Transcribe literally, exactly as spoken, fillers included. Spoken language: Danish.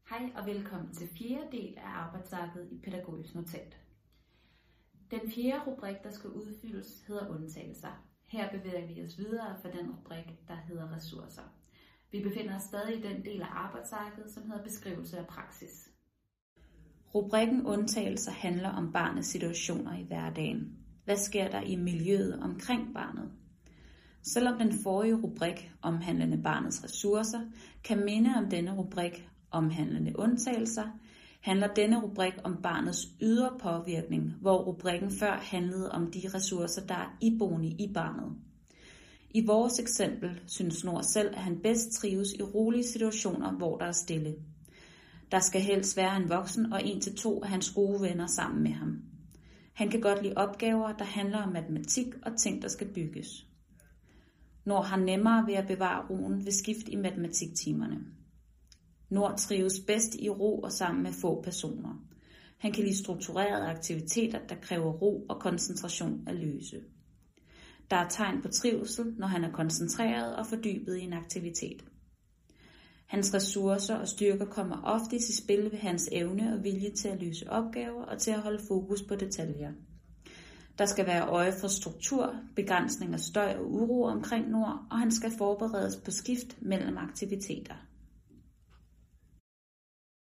Hej og velkommen til fjerde del af arbejdsarket i Pædagogisk Notat. Den fjerde rubrik, der skal udfyldes, hedder undtagelser. Her bevæger vi os videre fra den rubrik, der hedder ressourcer. Vi befinder os stadig i den del af arbejdsarket, som hedder beskrivelse af praksis. Rubrikken undtagelser handler om barnets situationer i hverdagen. Hvad sker der i miljøet omkring barnet? Selvom den forrige rubrik omhandlende barnets ressourcer kan minde om denne rubrik omhandlende undtagelser, handler denne rubrik om barnets ydre påvirkning, hvor rubrikken før handlede om de ressourcer, der er iboende i barnet. I vores eksempel synes Nord selv, at han bedst trives i rolige situationer, hvor der er stille. Der skal helst være en voksen og en til to af hans gode venner sammen med ham. Han kan godt lide opgaver, der handler om matematik og ting, der skal bygges. Nord har nemmere ved at bevare roen ved skift i matematiktimerne. Nord trives bedst i ro og sammen med få personer. Han kan lide strukturerede aktiviteter, der kræver ro og koncentration at løse. Der er tegn på trivsel, når han er koncentreret og fordybet i en aktivitet. Hans ressourcer og styrker kommer ofte i spil ved hans evne og vilje til at løse opgaver og til at holde fokus på detaljer. Der skal være øje for struktur, begrænsning af støj og uro omkring Nord, og han skal forberedes på skift mellem aktiviteter.